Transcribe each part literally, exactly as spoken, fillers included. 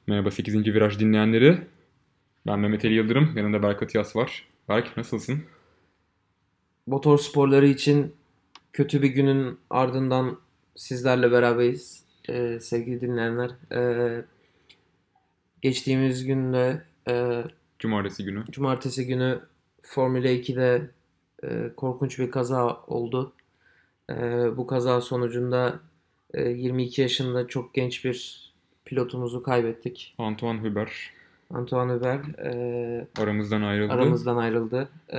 Merhaba sekizinci Viraj dinleyenleri. Ben Mehmet Ali Yıldırım. Yanımda Berk Atiyas var. Berk nasılsın? Motor sporları için kötü bir günün ardından sizlerle beraberiz. Ee, sevgili dinleyenler. Ee, geçtiğimiz günde e, Cumartesi günü. cumartesi günü Formula ikide e, korkunç bir kaza oldu. E, bu kaza sonucunda e, yirmi iki yaşında çok genç bir pilotumuzu kaybettik. Antoine Hubert Antoine Hubert e, aramızdan ayrıldı. aramızdan ayrıldı. E,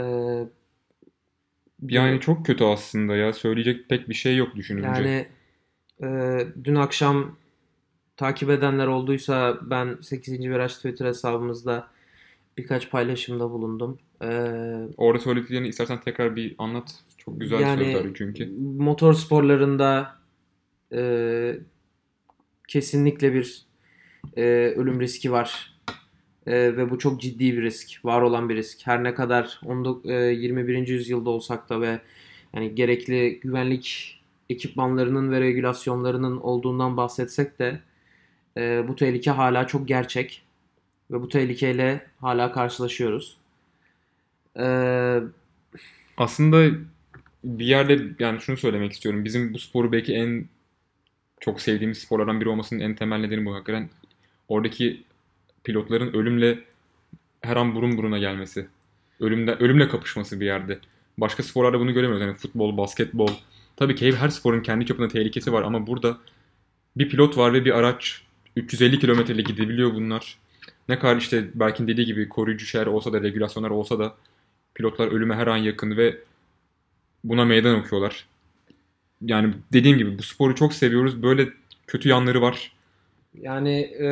Yani bunu çok kötü aslında ya. Söyleyecek pek bir şey yok düşününce. yani e, dün akşam takip edenler olduysa ben sekizinci Viraj Twitter hesabımızda birkaç paylaşımda bulundum. Ee, Orada söylediklerini istersen tekrar bir anlat. Çok güzel yani sözlerdi çünkü. motor sporlarında e, kesinlikle bir e, ölüm riski var. E, ve bu çok ciddi bir risk. Var olan bir risk. Her ne kadar on dokuz, e, yirmi birinci yüzyılda olsak da ve yani gerekli güvenlik ekipmanlarının ve regülasyonlarının olduğundan bahsetsek de e, bu tehlike hala çok gerçek. Ve bu tehlikeyle hala karşılaşıyoruz. Ee, Aslında bir yerde yani şunu söylemek istiyorum. Bizim bu sporu belki en çok sevdiğimiz sporlardan biri olmasının en temel nedeni bu. Hakikaten oradaki pilotların ölümle her an burun buruna gelmesi. Ölümden, ölümle kapışması bir yerde. Başka sporlarda bunu göremiyoruz. Yani futbol, basketbol. Tabii ki her sporun kendi çapında tehlikesi var ama burada bir pilot var ve bir araç üç yüz elli kilometreyle gidebiliyor bunlar. Ne kadar işte Berk'in dediği gibi koruyucu şeyler olsa da, regülasyonlar olsa da pilotlar ölüme her an yakın ve buna meydan okuyorlar. Yani dediğim gibi bu sporu çok seviyoruz. Böyle kötü yanları var. yani e,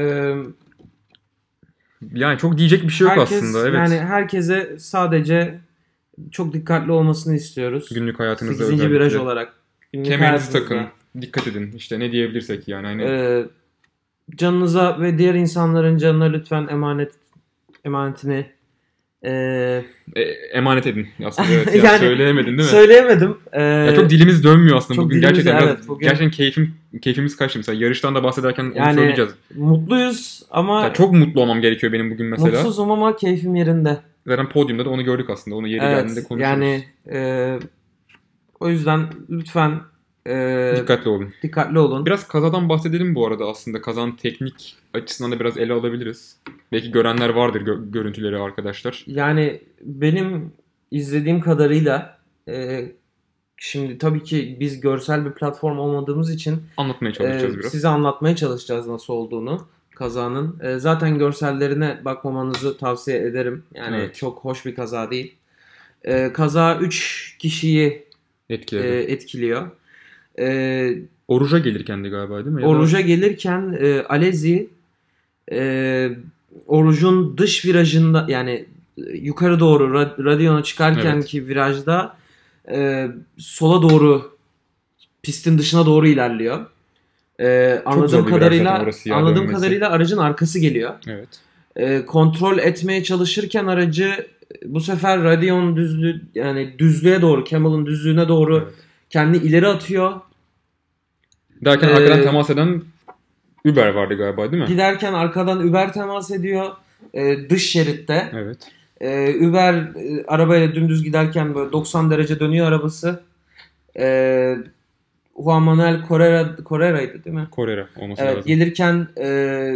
Yani çok diyecek bir şey yok herkes aslında. yani Evet. herkese sadece çok dikkatli olmasını istiyoruz. Günlük hayatınızda sekizinci viraj özellikle. olarak günlük Kemerinizi takın. hayatınızda Dikkat edin. İşte ne diyebilirsek yani. Hani e, canınıza ve diğer insanların canına lütfen emanet emanetini e, e, emanet edin. Aslında evet ya yani söyleyemedin değil mi? söyleyemedim. E, Ya çok dilimiz dönmüyor aslında çok bugün. dilimiz Gerçekten biraz, evet bugün gerçekten keyfim keyfimiz kaçtı mesela. Yarıştan da bahsederken onu yani söyleyeceğiz. mutluyuz ama Ya çok mutlu olmam gerekiyor benim bugün mesela. mutsuzum ama keyfim yerinde. Zaten podyumda da onu gördük aslında. Onu yeri geldiğinde Evet konuşuruz. yani e, o yüzden lütfen e, Dikkatli olun. dikkatli olun. Biraz kazadan bahsedelim bu arada aslında. Kazanın teknik açısından da biraz ele alabiliriz. Belki görenler vardır gö- görüntüleri arkadaşlar. Yani benim izlediğim kadarıyla e, şimdi tabii ki biz görsel bir platform olmadığımız için Anlatmaya e, çalışacağız biraz. size anlatmaya çalışacağız nasıl olduğunu kazanın. E, zaten görsellerine bakmamanızı tavsiye ederim. Yani Evet. çok hoş bir kaza değil. E, kaza üç kişiyi e, Etkiledi. etkiliyor. E, Oruca gelirken de galiba değil mi? Ya da- Oruca gelirken e, Alesi e, Oruc'un dış virajında yani e, yukarı doğru ra- radyona çıkarken Evet. ki virajda e, sola doğru pistin dışına doğru ilerliyor. E, Çok zor anladığım bir viraj zaten kadarıyla orası ya anladığım dönmesi. kadarıyla aracın arkası geliyor. Evet. E, kontrol etmeye çalışırken aracı bu sefer radyon düzlüğü yani düzlüğe doğru, Camel'ın düzlüğüne doğru Evet. kendi ileri atıyor. Derken Ee, arkadan temas eden Uber vardı galiba değil mi? Giderken arkadan Uber temas ediyor e, dış şeritte. Evet. E, Uber e, arabayla dümdüz giderken böyle doksan derece dönüyor arabası. E, Juan Manuel Correa, Correa'ydı değil mi? Correa olması Evet, lazım. gelirken e,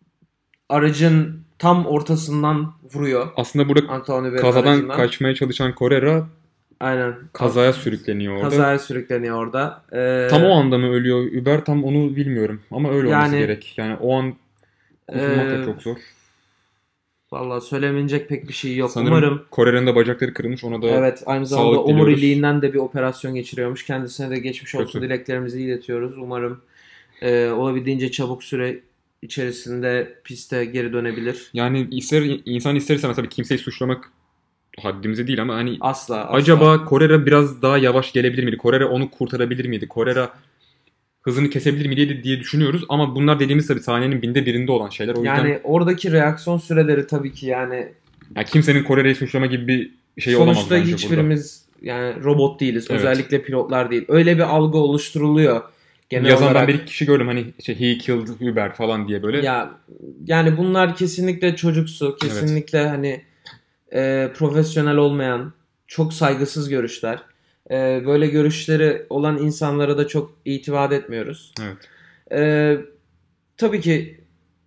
aracın tam ortasından vuruyor. Aslında burada Antonio Uber'in kazadan aracından. kaçmaya çalışan Correa Aynen. kazaya sürükleniyor orada. Kazaya sürükleniyor orada. E, Tam o anda mı ölüyor Uber tam onu bilmiyorum. Ama öyle olması Yani- gerek. Yani o an kurtulmak da Ee, çok zor. Vallahi söylemeyecek pek bir şey yok. Sanırım Umarım. Correa'nın da bacakları kırılmış. Ona da Evet, aynı zamanda sağlık diliyoruz. omuriliğinden de bir operasyon geçiriyormuş. Kendisine de geçmiş olsun Kötü. dileklerimizi iletiyoruz. Umarım e, olabildiğince çabuk süre içerisinde piste geri dönebilir. Yani ister insan ister istemez tabii kimseyi suçlamak haddimize değil ama hani Asla, asla. acaba Correa biraz daha yavaş gelebilir miydi? Correa onu kurtarabilir miydi? Correa hızını kesebilir miydi diye düşünüyoruz ama bunlar dediğimiz tabii saniyenin binde birinde olan şeyler. O yüzden Yani oradaki reaksiyon süreleri tabii ki yani ya kimsenin Correa'yı suçlama gibi bir şey olamaz sonuçta bence burada. hiçbirimiz yani robot değiliz. Evet. Özellikle pilotlar değil. Öyle bir algı oluşturuluyor genel Yazan olarak ben bir kişi gördüm hani işte he killed Uber falan diye böyle. ya yani bunlar kesinlikle çocuksu, kesinlikle evet. hani e, profesyonel olmayan, çok saygısız görüşler. E, böyle görüşleri olan insanlara da çok itimat etmiyoruz. Evet. E, tabii ki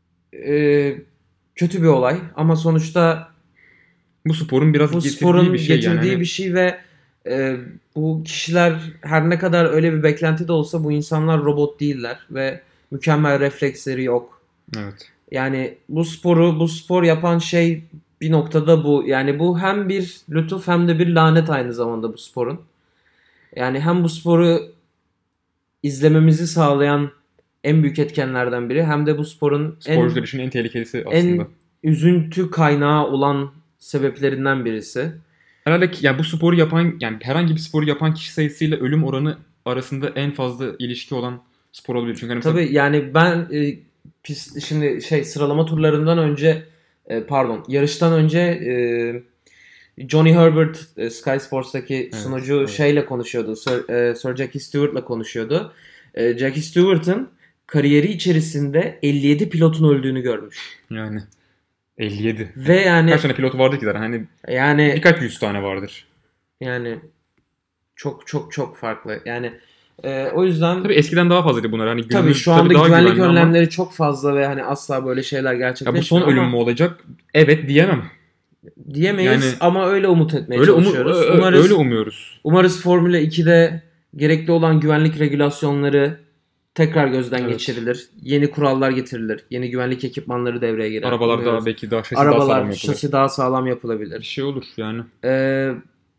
e, kötü bir olay ama sonuçta bu sporun biraz bu getirdiği sporun bir şey getirdiği yani. bir şey ve e, bu kişiler her ne kadar öyle bir beklenti de olsa bu insanlar robot değiller ve mükemmel refleksleri yok. Evet. Yani bu sporu, bu spor yapan şey bir noktada bu. Yani bu hem bir lütuf hem de bir lanet aynı zamanda bu sporun. Yani hem bu sporu izlememizi sağlayan en büyük etkenlerden biri hem de bu sporun sporcular en, için en tehlikelisi aslında. En üzüntü kaynağı olan sebeplerinden birisi. Herhalde yani bu sporu yapan yani herhangi bir sporu yapan kişi sayısıyla ölüm oranı arasında en fazla ilişki olan spor olabilir. Çünkü hani tabii mesela... yani ben e, pist, şimdi şey sıralama turlarından önce e, pardon yarıştan önce e, Johnny Herbert e, Sky Sports'taki evet, sunucu evet. şeyle konuşuyordu. Sir, e, Sir Jackie Stewart'la konuşuyordu. E, Jackie Stewart'ın kariyeri içerisinde elli yedi pilotun öldüğünü görmüş. Yani elli yedi. Ve yani kaç tane pilot vardı ki zaten? Hani yani birkaç yüz tane vardır. Yani çok çok çok farklı. Yani e, o yüzden tabii eskiden daha fazlaydı bunlar. Hani tabii şu anda tabii güvenlik önlemleri ama... çok fazla ve hani asla böyle şeyler gerçekleşmiyor. Ya bu son ölüm mü olacak? Evet diyemem. Diyemeyiz yani, ama öyle umut etmeye öyle çalışıyoruz. Umu, umarız, öyle umuyoruz. Umarız Formula ikide gerekli olan güvenlik regülasyonları tekrar gözden evet. geçirilir. Yeni kurallar getirilir. Yeni güvenlik ekipmanları devreye girer. Arabalar daha belki daha şasi Arabalar, daha sağlam yapılır. şasi daha sağlam yapılabilir. Bir şey olur yani. Ee,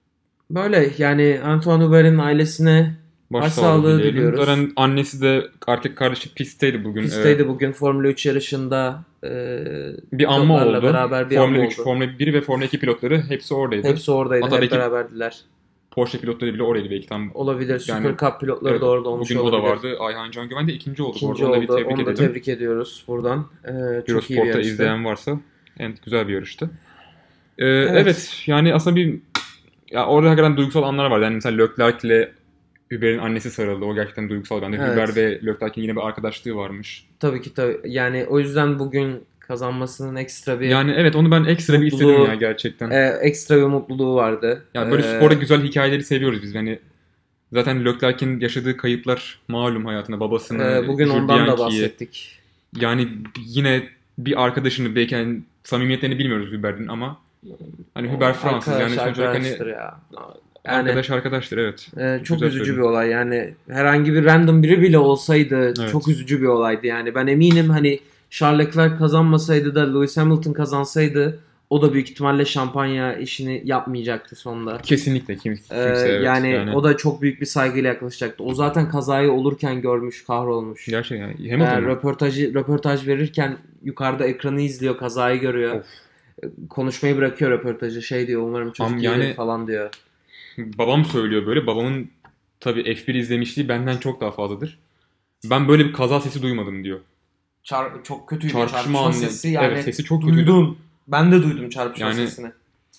böyle yani Antoine Hubert'in ailesine başsağlığı diliyoruz. Zaten annesi de artık kardeşi pistteydi bugün. Pistteydi ee, bugün Formula üç yarışında. E, bir anma oldu. Beraber bir Formula anma üç, oldu. Formula bir ve Formula iki pilotları hepsi oradaydı. Hepsi oradaydı. Hatta hep beraberdiler. Porsche pilotları bile oradaydı belki tam. Olabilir. Super yani, Cup pilotları evet, da orada olmuş bugün olabilir. Bugün o da vardı. Ayhan Can Güven de ikinci oldu. İkinci orada. oldu. Onu da, bir Onu da edelim. tebrik ediyoruz buradan. Ee, çok Eurosport'ta iyi bir yarıştı. izleyen varsa en güzel bir yarıştı. Ee, evet. evet. Yani aslında bir ya orada hakikaten duygusal anlar var. Yani mesela Leclerc'le Hubert'in annesi sarıldı. O gerçekten duygusal bende. Evet. Hubert ve Leclerc'in yine bir arkadaşlığı varmış. Tabii ki tabii. Yani o yüzden bugün kazanmasının ekstra bir yani evet onu ben ekstra bir istedim ya gerçekten. E, ekstra bir mutluluğu vardı. Yani böyle ee, sporda güzel hikayeleri seviyoruz biz. Yani zaten Leclerc'in yaşadığı kayıplar malum hayatına, babasını, e, bugün Jules ondan Bianchi'yi. da bahsettik. Yani yine bir arkadaşını belki yani samimiyetlerini bilmiyoruz Hubert'in ama hani Hubert Fransız yani sonuç olarak hani ya. Yani, arkadaş arkadaştır evet. E, çok Güzel üzücü söyleyeyim. bir olay yani herhangi bir random biri bile olsaydı evet. çok üzücü bir olaydı yani ben eminim hani Charles Leclerc kazanmasaydı da Lewis Hamilton kazansaydı o da büyük ihtimalle şampanya işini yapmayacaktı sonunda. Kesinlikle kim, kimse ee, evet. Yani, yani o da çok büyük bir saygıyla yaklaşacaktı. O zaten kazayı olurken görmüş, kahrolmuş. Gerçekten yani. Hamilton ee, röportajı röportaj verirken yukarıda ekranı izliyor, kazayı görüyor. Of. Konuşmayı bırakıyor röportajı. Şey diyor umarım çocuk yani, gelir falan diyor. Babam söylüyor böyle. Babamın tabii F bir izlemişliği benden çok daha fazladır. Ben böyle bir kaza sesi duymadım diyor. Çar- çok kötüydü. Çarpışma, Çarpışma sesi yani. Evet sesi çok duydum. kötüydü. Ben de duydum çarpışma yani, sesini.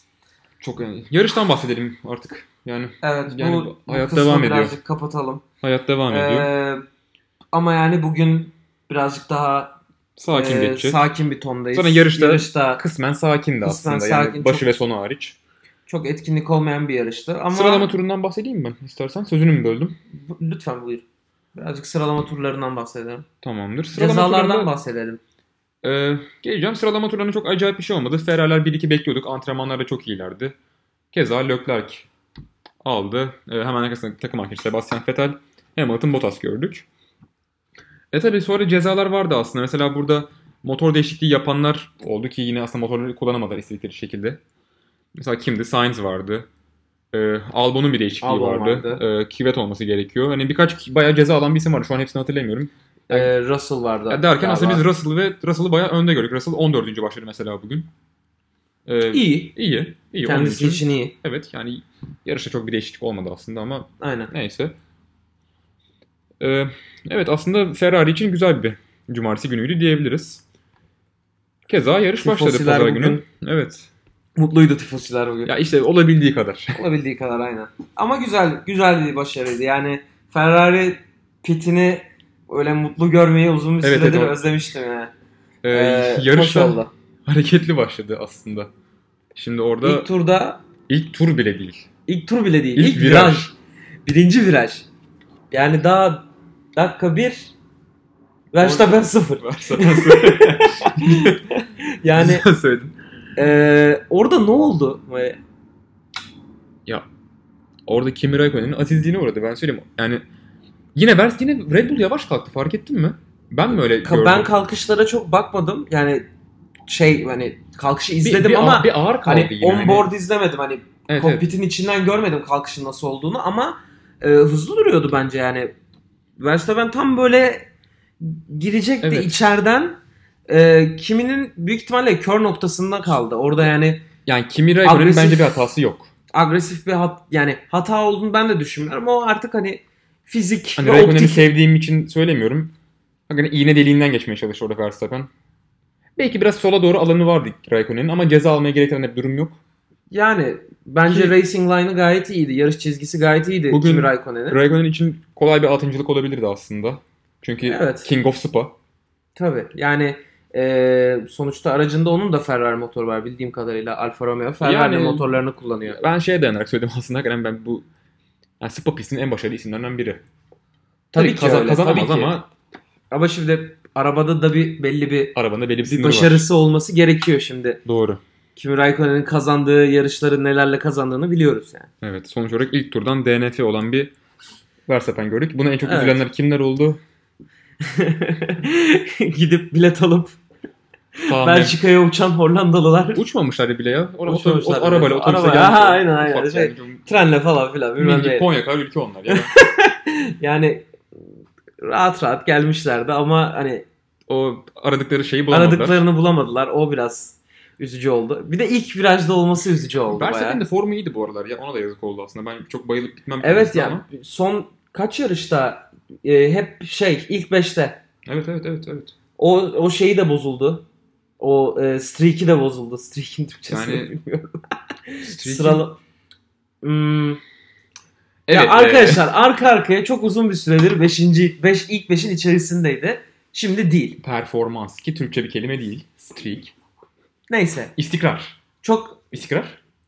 Çok yani. Yarıştan bahsedelim artık. Yani evet yani bu, hayat bu devam ediyor. Birazcık kapatalım. Hayat devam ee, ediyor. Ama yani bugün birazcık daha sakin e, geçecek. Sakin bir tondayız. Zaten yarışta, yarışta kısmen sakindi kısmen aslında. Sakin, yani başı çok, ve sonu hariç. Çok etkinlik olmayan bir yarıştı. Ama sıralama turundan bahsedeyim ben istersen. Sözünü mü böldüm? Lütfen buyur. Birazcık sıralama turlarından bahsedelim. Tamamdır. Sıralama Cezalardan turlarında, bahsedelim. E, geleceğim. Sıralama turlarında çok acayip bir şey olmadı. Ferrari'ler bir iki bekliyorduk. Antrenmanlarda çok iyilerdi. Keza Leclerc aldı. E, hemen arkasında takım arkadaşı Sebastian Vettel, Hamilton, Bottas gördük. E tabi sonra cezalar vardı aslında. Mesela burada motor değişikliği yapanlar oldu ki yine aslında motorları kullanamadılar istedikleri şekilde. Mesela kimdi? Sainz vardı. E, Albon'un bir değişikliği Albon vardı. vardı. E, Kvyat olması gerekiyor. Hani birkaç bayağı ceza alan bir isim vardı. Şu an hepsini hatırlamıyorum. Yani, e, Russell vardı. Yani derken aslında biz Russell ve Russell'ı bayağı önde gördük. Russell on dördüncü başladı mesela bugün. Ee, iyi. İyi. iyi. Kendisi için, için iyi. Evet yani yarışta çok bir değişiklik olmadı aslında ama aynen. Neyse. Ee, evet aslında Ferrari için güzel bir cumartesi günüydü diyebiliriz. Keza yarış Tifosiler başladı pazar günü. Evet. Mutluydu tifosiler bugün. Ya işte olabildiği kadar. Olabildiği kadar aynen. Ama güzel güzel bir başarıydı. Yani Ferrari pitini öyle mutlu görmeyi uzun bir Evet, süredir evet, o- özlemiştim yani. Ee, Ee, hoş yarışta oldu. hareketli başladı aslında. Şimdi orada İlk turda ilk tur bile değil. ilk tur bile değil. İlk İlk, viraj. viraj. Birinci viraj. Yani daha dakika bir Verstappen sıfır. Verstappen sıfır. Yani Güzel söyledin. e, orada ne oldu? Böyle, Ya orada Kimi Raikkonen'in azizliğine uğradı, ben söyleyeyim. Yani yine Vers yine Red Bull yavaş kalktı, fark ettin mi? Ben mi öyle ka- gördüm? ben kalkışlara çok bakmadım. Yani şey hani kalkışı izledim bir, bir, ama bir ağır kaldı hani yine. on hani. board izlemedim. Hani Evet, evet. kokpitin içinden görmedim kalkışın nasıl olduğunu ama e, hızlı duruyordu bence yani. Verstappen tam böyle girecekti Evet. içeriden. E, kiminin büyük ihtimalle kör noktasında kaldı. Orada yani Yani Kimi Raikkonen'in Agresif- bence bir hatası yok. agresif bir hat yani hata olduğunu ben de düşünmüyorum. O artık hani fizik Hani ve Raikkonen'i optik. sevdiğim için söylemiyorum. Hakikaten iğne deliğinden geçmeye çalıştı orada Verstappen. Belki biraz sola doğru alanı vardı Raikkonen'in ama ceza almaya gerektiren bir durum yok. Yani bence Ki- racing line'ı gayet iyiydi. Yarış çizgisi gayet iyiydi Bugün Kimi Raikkonen'in. Raikkonen için kolay bir altıncılık olabilirdi aslında. Çünkü Evet. King of Spa. Tabii. Yani e, sonuçta aracında onun da Ferrari motoru var bildiğim kadarıyla. Alfa Romeo Ferrari Yani- motorlarını kullanıyor. Ben şeye dayanarak söyledim aslında. Hakikaten ben bu yani Spa pistinin en başarılı isimlerinden biri. Tabii Tabii ki kaza- öyle, kazanamaz tabii ki. ama Ama şimdi arabada da bir belli bir arabanın belli bir bir sınırı var. başarısı olması gerekiyor şimdi. Doğru. Kimi Raikkonen'in kazandığı yarışları nelerle kazandığını biliyoruz yani. Evet. Sonuç olarak ilk turdan D N F olan bir Verstappen gördük. Buna en çok Evet. üzülenler kimler oldu? Gidip bilet alıp Tahmin- Belçika'ya uçan Hollandalılar. Uçmamışlar bile ya. Orada Uçmamışlar otobüs, bile. arabayla otobüse Araba- gelmişler. Aha, aynen, aynen. Ufak Şey, yani. Trenle falan filan bilmem Milli ne. Konya kadar ülke onlar ya. Yani rahat rahat gelmişlerdi ama hani O aradıkları şeyi bulamadılar. aradıklarını bulamadılar. O biraz üzücü oldu. Bir de ilk virajda olması üzücü oldu Verstappen'in bayağı. de formu iyiydi bu aralar ya. Ona da yazık oldu aslında. Ben çok bayılıp gitmem. Evet kendisine ya ama. son kaç yarışta e, hep şey ilk beşte. Evet, evet, evet, evet. O o şeyi de bozuldu. O e, streak'i de bozuldu. Streak'in Türkçesini Yani- bilmiyorum. Streak'in- Sıralı. Hmm. Evet, ya arkadaşlar arka arkaya çok uzun bir süredir beşinci beş ilk beşin içerisindeydi. Şimdi değil. e, performans ki Türkçe bir kelime değil. Streak. Neyse. İstikrar. Çok İstikrar.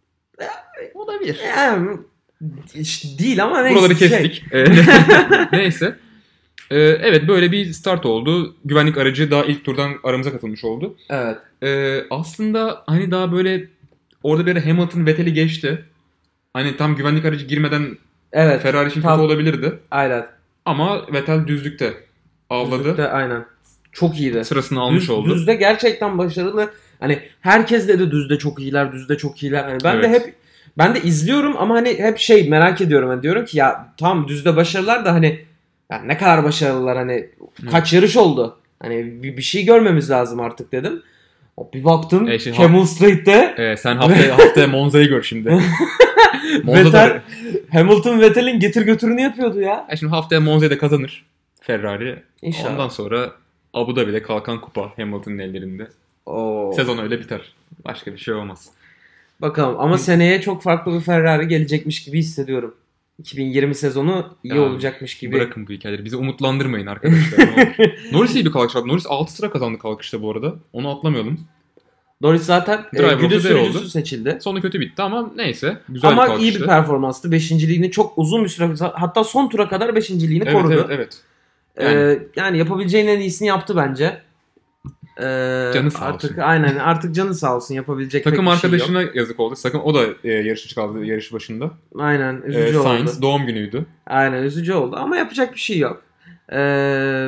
Olabilir. yani, işte değil ama neyse. Buraları şey. kestik. Ee, Neyse. Ee, evet, böyle bir start oldu. Güvenlik aracı daha ilk turdan aramıza katılmış oldu. Evet. Ee, aslında hani daha böyle orada bir ara Hamilton Vettel'i geçti. Hani tam güvenlik aracı girmeden Evet. Ferrari için tam- kötü olabilirdi. Aynen. Ama Vettel düzlükte avladı. Düzlükte aynen. Çok iyiydi. Sırasını almış Düz- oldu. Düzde gerçekten başarılı. Hani herkes dedi düzde çok iyiler, düzde çok iyiler. Hani ben de Evet. hep ben de izliyorum ama hani hep şey merak ediyorum. Hani diyorum ki ya tam düzde başarılar da hani ya ne kadar başarılılar hani kaç yarış oldu. Hani bir, bir şey görmemiz lazım artık dedim. Bir baktım E işte- Camel Straight'te Ee, sen haftaya, haftaya Monza'yı gör şimdi. Monza'da, Vettel Hamilton Vettel'in getir götürünü yapıyordu ya. E şimdi haftaya Monza'yı da kazanır Ferrari. İnşallah. Ondan sonra Abu Dhabi'de kalkan kupa Hamilton'ın ellerinde. Oo. Sezon öyle biter. Başka bir şey olmaz. Bakalım ama seneye çok farklı bir Ferrari gelecekmiş gibi hissediyorum. iki bin yirmi sezonu iyi Ya, olacakmış gibi. Bırakın bu hikayeleri. Bizi umutlandırmayın arkadaşlar. ne olur. Norris iyi bir kalkış yaptı. Norris altı sıra kazandı kalkışta bu arada. Onu atlamayalım. Norris zaten e, Driver of günün the day sürücüsü oldu. seçildi. Sonu kötü bitti ama neyse. Güzel bir Ama kalkıştı. iyi bir performanstı. Beşinciliğini çok uzun bir süre hatta son tura kadar beşinciliğini Evet, korudu. evet, evet. Ee, Yani- yani yapabileceğinin en iyisini yaptı bence. Ee, Canı sağ artık olsun. aynen artık canı sağ olsun yapabilecek Takım pek bir şey yok. arkadaşına yazık oldu. Sakın o da e, yarışı kaldı yarış başında. Aynen E, üzücü oldu. Sainz doğum günüydü. Aynen üzücü oldu ama yapacak bir şey yok. Ee,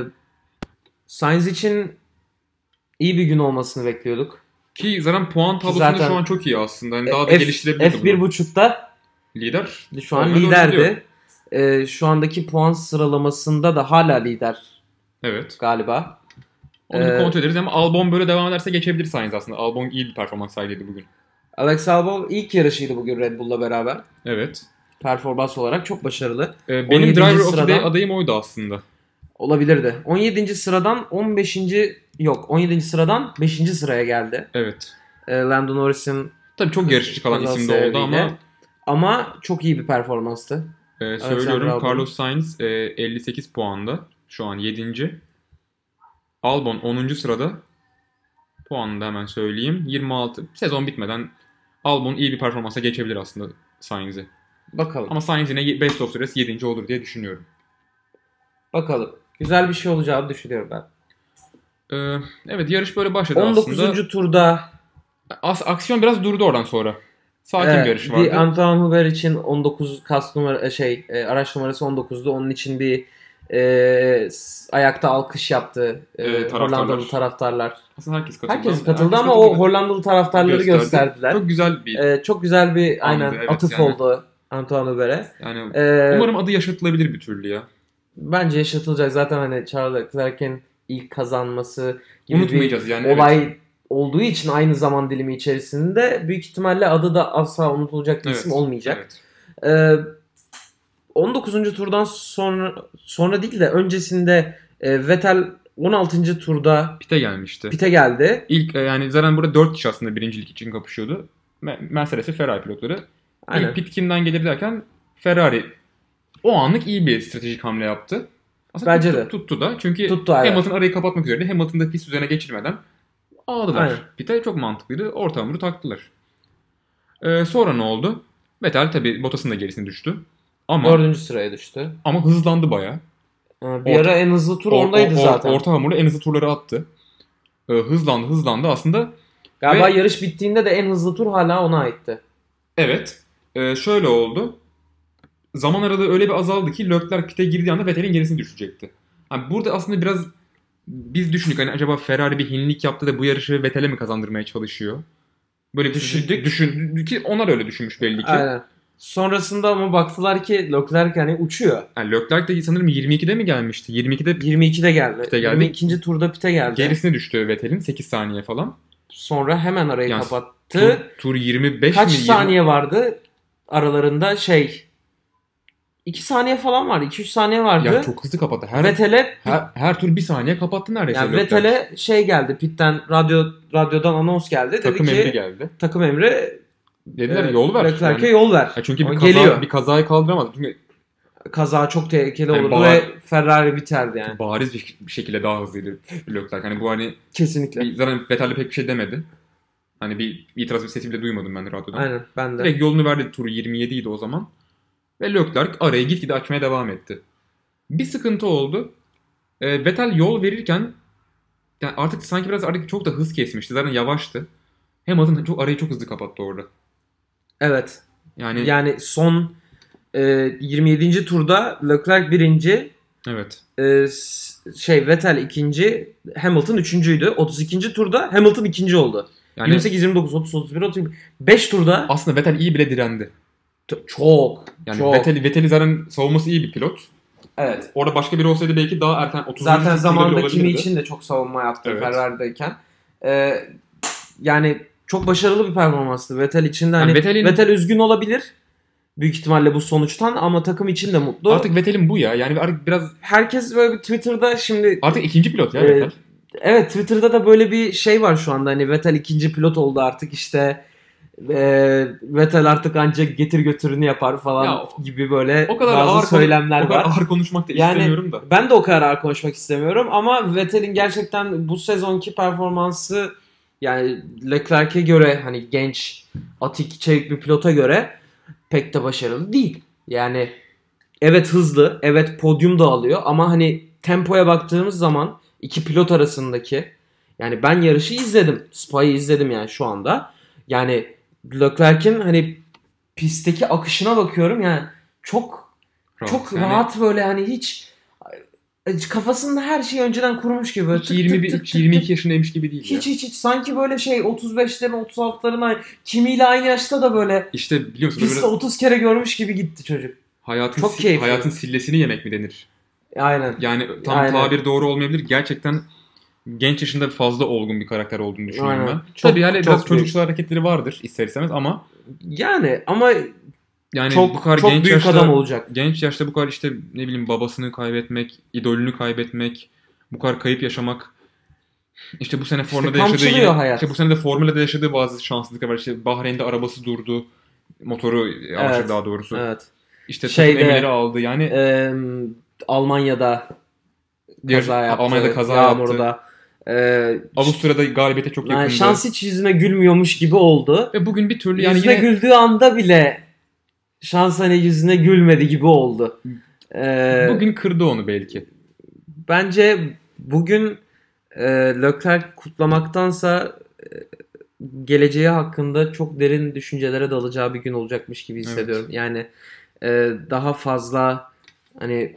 Sainz için iyi bir gün olmasını bekliyorduk. Ki zaten puan tablosunda zaten- şu an çok iyi aslında. Yani daha da F, geliştirebilirdi F bir bunu. buçukta Lider. şu an olmaya doğru gidiyor. liderdi. Ee, şu andaki puan sıralamasında da hala lider Evet. galiba. Onu bir Ee, kontrol ederiz ama Albon böyle devam ederse geçebilir Sainz aslında. Albon iyi bir performans sergiledi bugün. Alex Albon ilk yarışıydı bugün Red Bull'la beraber. Evet. Performans olarak çok başarılı. Ee, benim on yedinci Driver of the Day sıradan- adayım oydu aslında. Olabilirdi. on yedinci sıradan on beşinci yok on yedinci sıradan beşinci sıraya geldi. Evet. Ee, Lando Norris'in Tabii çok yarışçı kalan kazası isim de oldu sebebiyle. ama ama çok iyi bir performanstı. e, Alexander söylüyorum Albon. Carlos Sainz e, elli sekiz puanda şu an yedinci. Albon onuncu sırada. Puanını da hemen söyleyeyim. yirmi altı. Sezon bitmeden Albon iyi bir performansa geçebilir aslında Sainz'i. Bakalım. Ama Sainz yine best of the rest yedinci olur diye düşünüyorum. Bakalım. Güzel bir şey olacağını düşünüyorum ben. Ee, evet, yarış böyle başladı on dokuzuncu aslında. turda As- aksiyon biraz durdu oradan sonra. Sakin evet, bir yarış vardı. bir Antoine Hubert için on dokuz kas numara şey e, araç numarası on dokuzdu. Onun için bir e, s- ayakta alkış yaptı e, Evet, taraftarlar. Hollandalı taraftarlar. Aslında herkes katıldı. Herkes katıldı Herkes ama katıldı. o Hollandalı taraftarları Gösterdi. gösterdiler. Çok güzel bir E, çok güzel bir andı, aynen evet, atıf yani. oldu Antoine Hubert'e. yani E, umarım adı yaşatılabilir bir türlü ya. Bence yaşatılacak. Zaten hani Charles Leclerc'in ilk kazanması gibi Unutmayacağız bir yani, olay evet. olduğu için aynı zaman dilimi içerisinde büyük ihtimalle adı da asla unutulacak bir Evet, isim olmayacak. evet. Ee, on dokuzuncu turdan sonra sonra değil de öncesinde e, Vettel on altıncı turda Pite gelmişti. pite geldi. İlk e, yani zaten burada dört kişi aslında birincilik için kapışıyordu. Me- Mercedes ve Ferrari pilotları. Aynen. İlk pit kimden gelir derken Ferrari o anlık iyi bir stratejik hamle yaptı. Aslında Bence tuttu, de. tuttu da. Çünkü Tuttu, aynen. Hamilton arayı kapatmak üzereydi. Hamilton da pist üzerine geçirmeden aldılar. Aynen. Pite çok mantıklıydı. Orta hamuru taktılar. Ee, sonra ne oldu? Vettel tabii Bottas'ın da gerisine düştü. Ama Dördüncü sıraya düştü. ama hızlandı bayağı. Ee, Bir Orta- ara en hızlı tur Or- ondaydı or- zaten. Orta hamurla en hızlı turları attı. Ee, hızlandı hızlandı aslında. Galiba ve- yarış bittiğinde de en hızlı tur hala ona aitti. Evet. Ee, şöyle oldu. Zaman aralığı öyle bir azaldı ki Leclerc pite girdiği anda Vettel'in gerisine düşecekti. Yani burada aslında biraz biz düşündük hani acaba Ferrari bir hinlik yaptı da bu yarışı Vettel'e mi kazandırmaya çalışıyor? Böyle bir Düşündük. Düşündük ki onlar öyle düşünmüş belli ki. Aynen. Sonrasında ama baktılar ki Leclerc hani uçuyor. Yani Leclerc de sanırım yirmi ikide mi gelmişti? yirmi ikide yirmi ikide geldi. Pite geldi. yirmi ikinci turda pite geldi. gerisine düştü Vettel'in sekiz saniye falan. Sonra hemen arayı Yani kapattı. Tur, tur yirmi beş Kaç mi? yirmi saniye vardı aralarında şey? iki saniye falan vardı. iki üç saniye vardı. Ya çok hızlı kapattı. Her, Vettel'e her, her tur bir saniye kapattı neredeyse. yani Leclerc. Vettel'e şey geldi. Pitten radyo radyodan anons geldi. Dedi Takım ki emri geldi. takım emri Dediler e, yol ver. Leclerc'e Yani- yol ver. Ya çünkü O bir, kaza, geliyor. bir kazayı kaldıramaz. Çünkü Kaza çok tehlikeli Yani olurdu bağır- ve Ferrari biterdi yani. bariz bir, bir şekilde daha hızlıydı Leclerc. Hani bu hani Kesinlikle. bir- zaten Vettel'de pek bir şey demedi. Hani bir itiraz bir sesi bile duymadım ben de radyodan. Aynen ben de. Direkt yolunu verdi, turu yirmi yedi idi o zaman. Ve Leclerc arayı gitgide açmaya devam etti. Bir sıkıntı oldu. E, Vettel yol verirken yani artık sanki biraz artık çok da hız kesmişti. Zaten yavaştı. Hamilton çok arayı çok hızlı kapattı orada. Evet. Yani, Yani son e, yirmi yedinci turda Leclerc birinci, evet. e, s- şey Vettel ikinci, Hamilton üçüncüydü. otuz ikinci turda Hamilton ikinci oldu. Yani yirmi sekiz, yirmi dokuz, otuz, otuz bir, otuz iki. beş turda aslında Vettel iyi bile direndi. t- çok Yani çok. Vettel Vettel'i zaten savunması iyi bir pilot. Evet. Orada başka biri olsaydı belki daha erken otuzuncu Zaten turda bile zamanında Kimi olabilirdi. için de çok savunma yaptı Evet. Ferrari'deyken. E, yani çok başarılı bir performanstı Vettel için de. Hani Yani Vettel'in- Vettel üzgün olabilir. Büyük ihtimalle bu sonuçtan ama takım için de mutlu. Artık Vettel'in bu ya. Yani artık biraz Herkes böyle bir Twitter'da şimdi artık ikinci pilot ya Ee, Vettel. evet Twitter'da da böyle bir şey var şu anda. Hani Vettel ikinci pilot oldu artık işte. E, Vettel artık ancak getir götürünü yapar falan Ya, gibi böyle O kadar bazı ağır söylemler konu- o kadar var. ağır konuşmak da Yani- istemiyorum da. Ben de o kadar ağır konuşmak istemiyorum ama Vettel'in gerçekten bu sezonki performansı yani Leclerc'e göre hani genç, atik, çevik bir pilota göre pek de başarılı değil. Yani evet hızlı, evet podyum da alıyor ama hani tempoya baktığımız zaman iki pilot arasındaki yani ben yarışı izledim. Spa'yı izledim yani şu anda. Yani Leclerc'in hani pistteki akışına bakıyorum yani çok Rahat. çok Yani rahat böyle hani hiç kafasında her şey önceden kurmuş gibi. Böyle hiç tık yirmi tık bir, tık hiç tık yirmi iki tık. yaşındaymış gibi değil ya. Hiç hiç hiç sanki böyle şey otuz beşlerin otuz altıların aynı. Kimiyle aynı yaşta da böyle İşte biliyor musun pistte böyle otuz kere görmüş gibi gitti çocuk. hayatın, çok si- keyifli. hayatın sillesini yemek mi denir? Aynen. Yani tam Aynen. tabir doğru olmayabilir. Gerçekten genç yaşında fazla olgun bir karakter olduğunu düşünüyorum Aynen. ben. Çok- Tabii yani çok biraz büyük. çocuksu hareketleri vardır ister istemez ama Yani ama yani çok bu kadar çok genç büyük yaşta adam olacak. genç yaşta bu kadar işte ne bileyim babasını kaybetmek, idolünü kaybetmek, bu kadar kayıp yaşamak. İşte bu sene Formula'da yaşadığı kamçılıyor yine, hayat. işte bu sene de Formula'da yaşadığı bazı şanssızlıklar var. İşte Bahreyn'de arabası durdu. Motoru yavaşladı Evet. daha doğrusu. Evet. İşte Şeyde- takım emirleri aldı. Yani Ee, Almanya'da kaza Yarış- yaptı. Almanya'da kaza yağmurda. Ee, Avusturya'da galibiyete çok yani yakındı. şans hiç yüzüne gülmüyormuş gibi oldu. Ve bugün bir türlü yani yüzüne yine güldüğü anda bile şans hani yüzüne gülmedi gibi oldu. Ee, bugün kırdı onu belki. Bence bugün e, Leclerc kutlamaktansa e, geleceği hakkında çok derin düşüncelere dalacağı bir gün olacakmış gibi hissediyorum. Evet. Yani e, daha fazla hani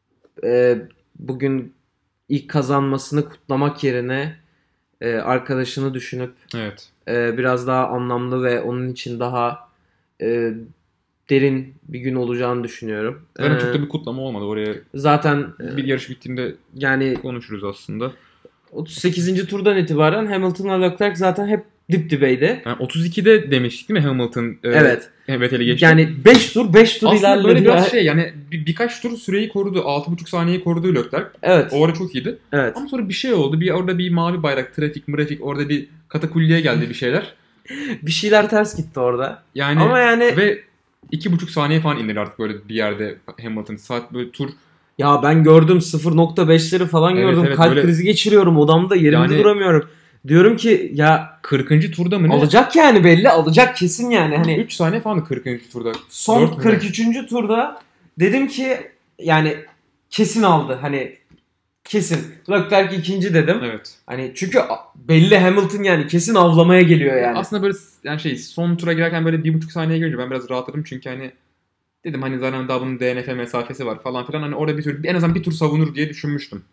e, bugün ilk kazanmasını kutlamak yerine e, arkadaşını düşünüp Evet. e, biraz daha anlamlı ve onun için daha e, derin bir gün olacağını düşünüyorum. Zaten E, çok da bir kutlama olmadı. Oraya zaten e, bir yarış bittiğinde yani konuşuruz aslında. otuz sekizinci turdan itibaren Hamilton'la Leclerc zaten hep dip dibeydi. Yani otuz ikide demiştik değil mi Hamilton? E, Evet. Vettel'i geçti. Yani beş tur beş tur aslında ilerledi. böyle biraz ya. şey yani bir, birkaç tur süreyi korudu. altı buçuk saniyeyi korudu Leclerc. Evet. O ara çok iyiydi. Evet. Ama sonra bir şey oldu. Bir orada bir mavi bayrak, trafik, mrafik, orada bir katakulliye geldi bir şeyler. Bir şeyler ters gitti orada. Yani Ama yani ve iki buçuk saniye falan indir artık böyle bir yerde Hamilton. Saat böyle tur. ya ben gördüm sıfır nokta beşleri falan Evet, gördüm. evet, Kalp böyle- krizi geçiriyorum odamda yerimde Yani- duramıyorum. Diyorum ki ya kırkıncı turda mı ne? alacak yani belli alacak kesin yani. Hani üç saniye falan kırkıncı turda. son dört mü ne? kırk üçüncü turda dedim ki yani kesin aldı. Hani kesin. Leclerc ikinci dedim. Evet. Hani çünkü belli Hamilton yani kesin avlamaya geliyor yani. Aslında böyle yani şey son tura girerken böyle bir buçuk saniye görünce ben biraz rahatladım çünkü hani dedim hani zaten daha bunun D N F mesafesi var falan filan hani orada bir tür en azından bir tur savunur diye düşünmüştüm.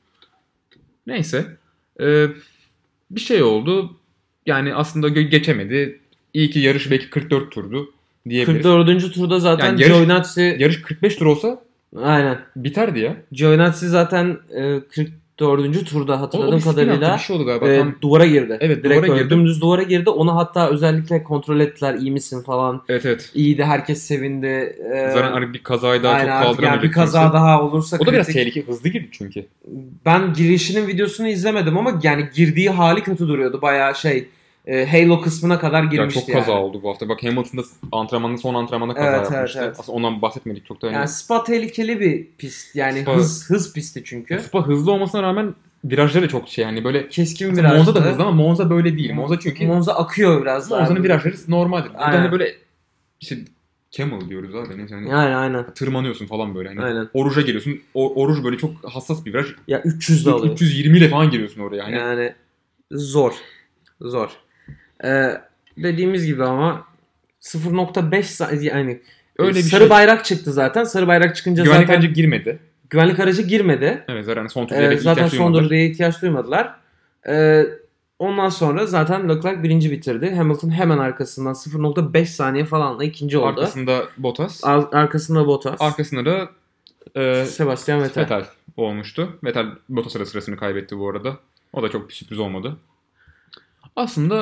Neyse. Ee, bir şey oldu. Yani aslında gö- geçemedi. İyi ki yarış belki kırk dört turdu diyebiliriz. kırk dördüncü turda zaten Yani yarış- Giovinazzi Yarış kırk beş tur olsa aynen. biterdi ya. Giovinazzi zaten e, kırk dördüncü turda O, o hatırladığım bir spin attı, kadarıyla bir şey oldu galiba. e, Tam, duvara girdi. Evet, Direkt duvara öyle girdi. dümdüz duvara girdi. Onu hatta özellikle kontrol ettiler iyi misin falan. evet evet. İyiydi herkes sevindi. E, Zaten hani bir kazayı daha çok aynen, artık kaldıramayacak yani bir kaza kimse. daha olursa O da biraz kritik. tehlikeli. Hızlı girdi çünkü. Ben girişinin videosunu izlemedim ama yani girdiği hali kötü duruyordu. Bayağı şey e, Halo kısmına kadar Ya girmişti çok kaza yani. oldu bu hafta. Bak Hamilton'da antrenmanın son antrenmanda kaza Evet, evet, yapmıştı. evet. Aslında ondan bahsetmedik çok da. Hani Yani Spa tehlikeli bir pist. Yani Spa- hız hız pisti çünkü. Spa hızlı olmasına rağmen virajları da çok şey yani böyle Keskin Aslında virajlı. Monza da hızlı ama Monza böyle değil. Monza çünkü Monza akıyor biraz daha. Monza'nın virajları normaldir. Burada Aynen. hani böyle işte camel diyoruz abi. Neyse hani Aynen aynen. tırmanıyorsun falan böyle. Hani Aynen. Oruç'a geliyorsun. O, oruç böyle çok hassas bir viraj. Ya üç yüz de alıyor. üç yüz yirmi ile falan giriyorsun oraya. Hani Yani zor. Zor. Ee, dediğimiz gibi ama sıfır nokta beş sa- yani öyle bir sarı şey. bayrak çıktı zaten. Sarı bayrak çıkınca Güvenlik zaten aracı girmedi. güvenlik aracı girmedi. Evet zaten son tur Ee, direkt zaten ihtiyaç son duymadılar. durduya ihtiyaç duymadılar. Ee, ondan sonra zaten Leclerc birinci bitirdi. Hamilton hemen arkasından sıfır nokta beş saniye falanla ikinci oldu. Arkasında Bottas. Ar- arkasında Bottas. Arkasında da e, Sebastian Vettel. Vettel olmuştu. Vettel Bottas'a da sırasını kaybetti bu arada. O da çok bir sürpriz olmadı. Aslında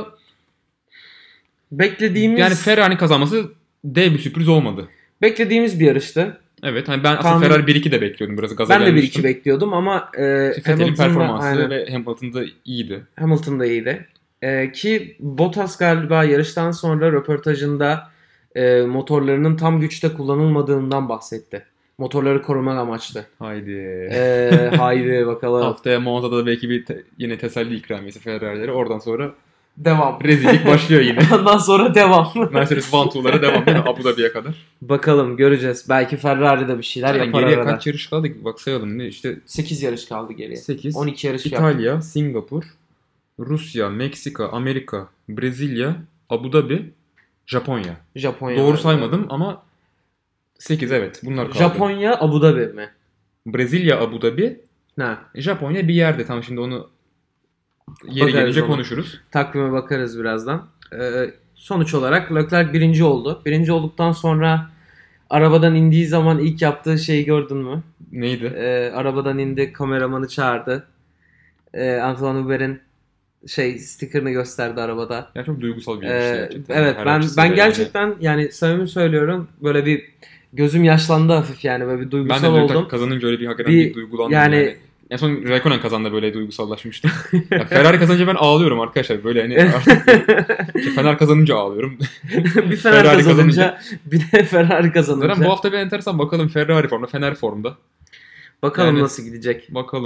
Beklediğimiz yani Ferrari kazanması dev bir sürpriz olmadı. beklediğimiz bir yarıştı. Evet hani ben aslında Tahmin- Ferrari bir iki de bekliyordum. Biraz gaza Ben de bir gelmiştim. iki bekliyordum ama e, Vettel'in Hamilton'da, performansı aynen, ve Hamilton da iyiydi. Hamilton da iyiydi. E, ki Bottas galiba yarıştan sonra röportajında e, motorlarının tam güçte kullanılmadığından bahsetti. Motorları korumak amaçlı. Haydi. E, haydi bakalım. Haftaya Monza'da da belki bir te- yine teselli ikramiyesi Ferrari'lere. Oradan sonra Devam. rezillik başlıyor yine. Ondan sonra devam. Mercedes One Two'lara devam değil mi? Abu Dhabi'ye kadar. Bakalım göreceğiz. Belki Ferrari de bir şeyler Yani yapar geriye arada. kaç yarış kaldı ki? Bak sayalım. Ne işte sekiz yarış kaldı geriye. sekiz. on iki yarış yaptı. İtalya, Singapur, Rusya, Meksika, Amerika, Brezilya, Abu Dhabi, Japonya. Japonya. Doğru vardı. saymadım ama sekiz evet. Bunlar kaldı. Japonya, Abu Dhabi mi? Brezilya, Abu Dhabi, Ne? Japonya bir yerde. Tam şimdi onu yeri Bakarız gelince ona. konuşuruz. Takvime bakarız birazdan. Ee, sonuç olarak Leclerc birinci oldu. Birinci olduktan sonra arabadan indiği zaman ilk yaptığı şeyi gördün mü? Neydi? Ee, arabadan indi, kameramanı çağırdı. Ee, Antoine Hubert'in şey sticker'ını gösterdi arabada. Ya çok duygusal bir Ee, yarış gerçekten. evet Her ben açısıyla ben yani. gerçekten yani samimi söylüyorum böyle bir gözüm yaşlandı hafif yani böyle bir Ben duygusal de oldum. kazanınca öyle bir hakikaten Bir- bir, duygulandım yani- yani. En son Raikkonen kazandı böyle duygusallaşmıştım. Ya Ferrari kazanınca ben ağlıyorum arkadaşlar. Böyle hani artık işte Fener kazanınca ağlıyorum. bir Fener Ferrari kazanınca bir de Ferrari kazanınca. Zaten bu hafta bir enteresan bakalım Ferrari formda, Fener formda. Bakalım yani- nasıl gidecek. Bakalım.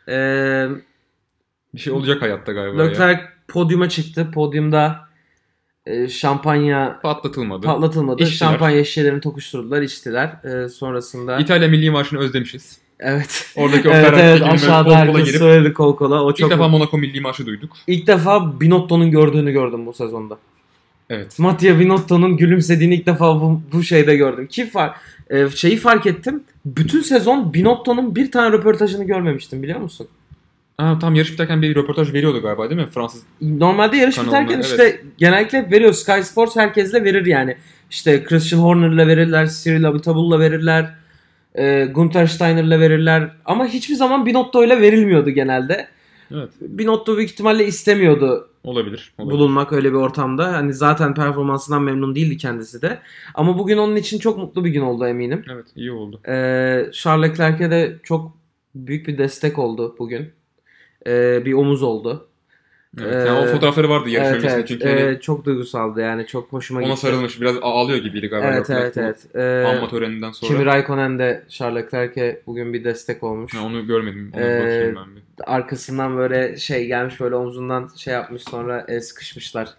Ee, Bir şey olacak hayatta galiba ya. Leclerc podyuma çıktı. Podyumda e, şampanya Patlatılmadı. patlatılmadı. İçtiler. Şampanya şişelerini tokuşturdular, içtiler. Ee, sonrasında İtalya Milli Marşı'nı özlemişiz. evet. Oradaki o evet Ferrari evet çekimine aşağıda kol kola herkes girip söyledi kol kola. O ilk çok defa Monaco Milli Marşı duyduk. İlk defa Binotto'nun gördüğünü gördüm bu sezonda. Evet. Mattia Binotto'nun gülümsediğini ilk defa bu, bu şeyde gördüm. Ki far, e, şeyi fark ettim. Bütün sezon Binotto'nun bir tane röportajını görmemiştim, biliyor musun? Ha, tam yarış biterken bir röportaj veriyordu galiba değil mi? Fransız. Normalde yarış Kanalına, biterken evet. işte genellikle hep veriyor. Sky Sports herkesle verir yani. İşte Christian Horner'la verirler, Cyril Abitabul'la verirler, e, Gunther Steiner'la verirler. Ama hiçbir zaman Binotto'yla verilmiyordu genelde. Evet. Binotto büyük ihtimalle istemiyordu Olabilir. olabilir. bulunmak öyle bir ortamda. Hani zaten performansından memnun değildi kendisi de. Ama bugün onun için çok mutlu bir gün oldu eminim. Evet, iyi oldu. Ee, Charles Leclerc'e de çok büyük bir destek oldu bugün. Ee, bir omuz oldu. Evet. Yani Ee, o fotoğrafları vardı yarış Evet öncesinde evet. çünkü hani Ee, çok duygusaldı yani, çok hoşuma ona gitti. sarılmış, biraz ağlıyor gibiydi galiba. Evet Leclerc evet bu evet. Ee, Anma töreninden sonra. Kimi Raikkonen de Charles Leclerc'e bugün bir destek olmuş. Ha, onu görmedim. Onu Ee, bakayım ben bir. Arkasından böyle şey gelmiş, böyle omzundan şey yapmış, sonra el sıkışmışlar.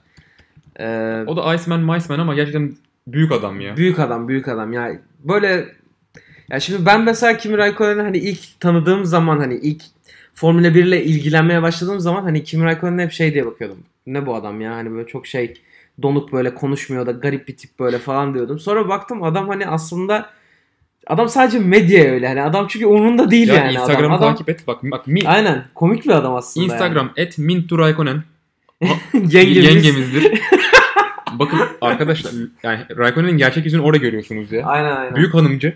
Ee, O da Iceman, Miceman ama gerçekten büyük adam ya. Büyük adam, büyük adam. Yani böyle, ya şimdi ben mesela Kimi Raikkonen'i hani ilk tanıdığım zaman, hani ilk Formula bir ile ilgilenmeye başladığım zaman hani Kimi Raikkonen'e hep şey diye bakıyordum. Ne bu adam ya, hani böyle çok şey, donuk, böyle konuşmuyor da garip bir tip böyle falan diyordum. Sonra baktım adam hani aslında adam sadece medya öyle. Hani adam çünkü umurunda değil Ya yani Instagram'ı adam. takip et. Bak bak mi, Aynen, komik bir adam aslında. Instagram et Mintu Raikkonen. Yani. Yengemiz. Yengemizdir. Bakın arkadaşlar, yani Raikkonen'in gerçek yüzünü orada görüyorsunuz ya. Aynen aynen. Büyük hanımcı.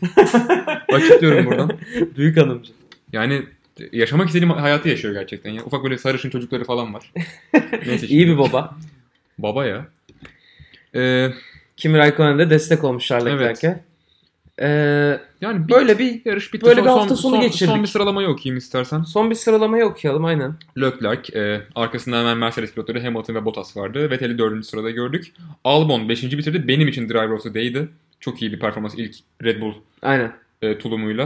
Açıklıyorum buradan. Büyük hanımcı. Yani yaşamak istediğim hayatı yaşıyor gerçekten ya. Ufak böyle sarışın çocukları falan var. Neyse İyi bir baba. Baba ya. Ee, Kimi Raikkonen de destek olmuş Charles Evet. Leclerc'e. Ee, yani bir, böyle bir yarış bitti. böyle Son- bir hafta son, sonu son, geçirdik. Son bir sıralamayı okuyayım istersen. Son bir sıralamayı okuyalım aynen. Leclerc, e, arkasında hemen Mercedes pilotları Hamilton ve Bottas vardı. Vettel'i dördüncü sırada gördük. Albon beşinci bitirdi. Benim için Driver of the Day'di. Çok iyi bir performans ilk Red Bull Aynen. e, tulumuyla.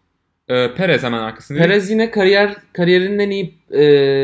E, Perez hemen arkasında. Perez yine kariyer kariyerinin en iyi e,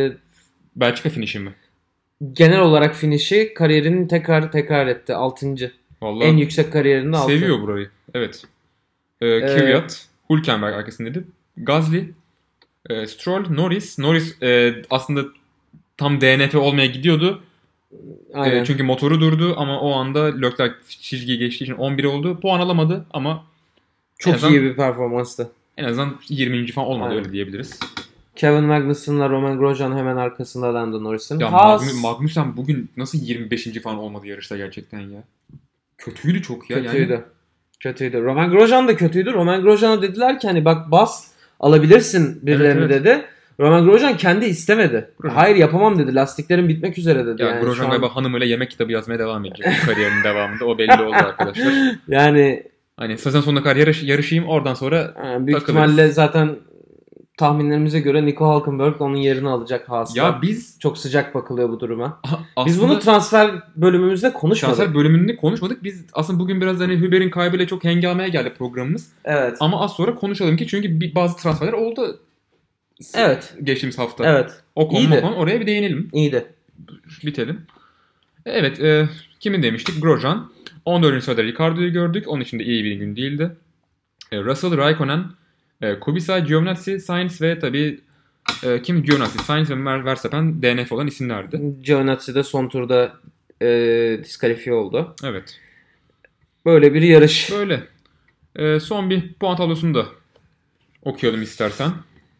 Belçika finişi mi? genel olarak finişi, kariyerinin tekrar tekrar etti. altıncı. Vallahi En yüksek kariyerinde altı. seviyor burayı. Evet. E, Kvyat, Hülkenberg arkasındaydı. Gasly, e, Stroll, Norris. Norris e, aslında tam D N F olmaya gidiyordu. Aynen. E, çünkü motoru durdu ama o anda Leclerc çizgiyi geçtiği için on bir oldu. Puan alamadı ama Çok en azından, iyi bir performanstı. en azından yirminci falan olmadı, Aynen. öyle diyebiliriz. Kevin Magnussen'la Romain Grosjean hemen arkasında Lando Norris'in. Ya Haas Magnu- Magnussen bugün nasıl yirmi beşinci falan olmadı yarışta gerçekten ya. Kötüydü çok ya. kötüydü. Yani, Kötüydü. Romain Grosjean da kötüydü. Romain Grosjean'a dediler ki hani bak bas alabilirsin birilerini Evet, evet. dedi. Romain Grosjean kendi istemedi. Grosjean. Hayır yapamam dedi. Lastiklerim bitmek üzere dedi. ya yani Grosjean şu an- galiba hanımıyla yemek kitabı yazmaya devam edecek kariyerinin devamında. O belli oldu arkadaşlar. Yani Hani sezon sonuna kadar yarış, yarışayım, oradan sonra yani büyük takılırız. ihtimalle zaten tahminlerimize göre Nico Hülkenberg onun yerini alacak Haas'ta. Ya biz Çok sıcak bakılıyor bu duruma. a- Biz aslında bunu transfer bölümümüzde konuşmadık. transfer bölümünde konuşmadık. Biz aslında bugün biraz hani Hüber'in kaybıyla çok hengameye geldi programımız. Evet. Ama az sonra konuşalım ki çünkü bir, bazı transferler oldu. Evet. Geçtiğimiz hafta. Evet. O konu İyiydi. o konu, oraya bir değinelim. İyiydi. Bitelim. Evet. E, kimin demiştik? Grosjean. on dördüncü sırada Ricardo'yu gördük. Onun için de iyi bir gün değildi. E, Russell, Raikkonen, e, Kubica, Giovinazzi, Sainz ve tabii e, kim? Giovinazzi, Sainz ve Verstappen D N F olan isimlerdi. Giovinazzi de son turda e, diskalifiye oldu. Evet. Böyle bir yarış. Böyle. E, son bir puan tablosunu da okuyalım istersen.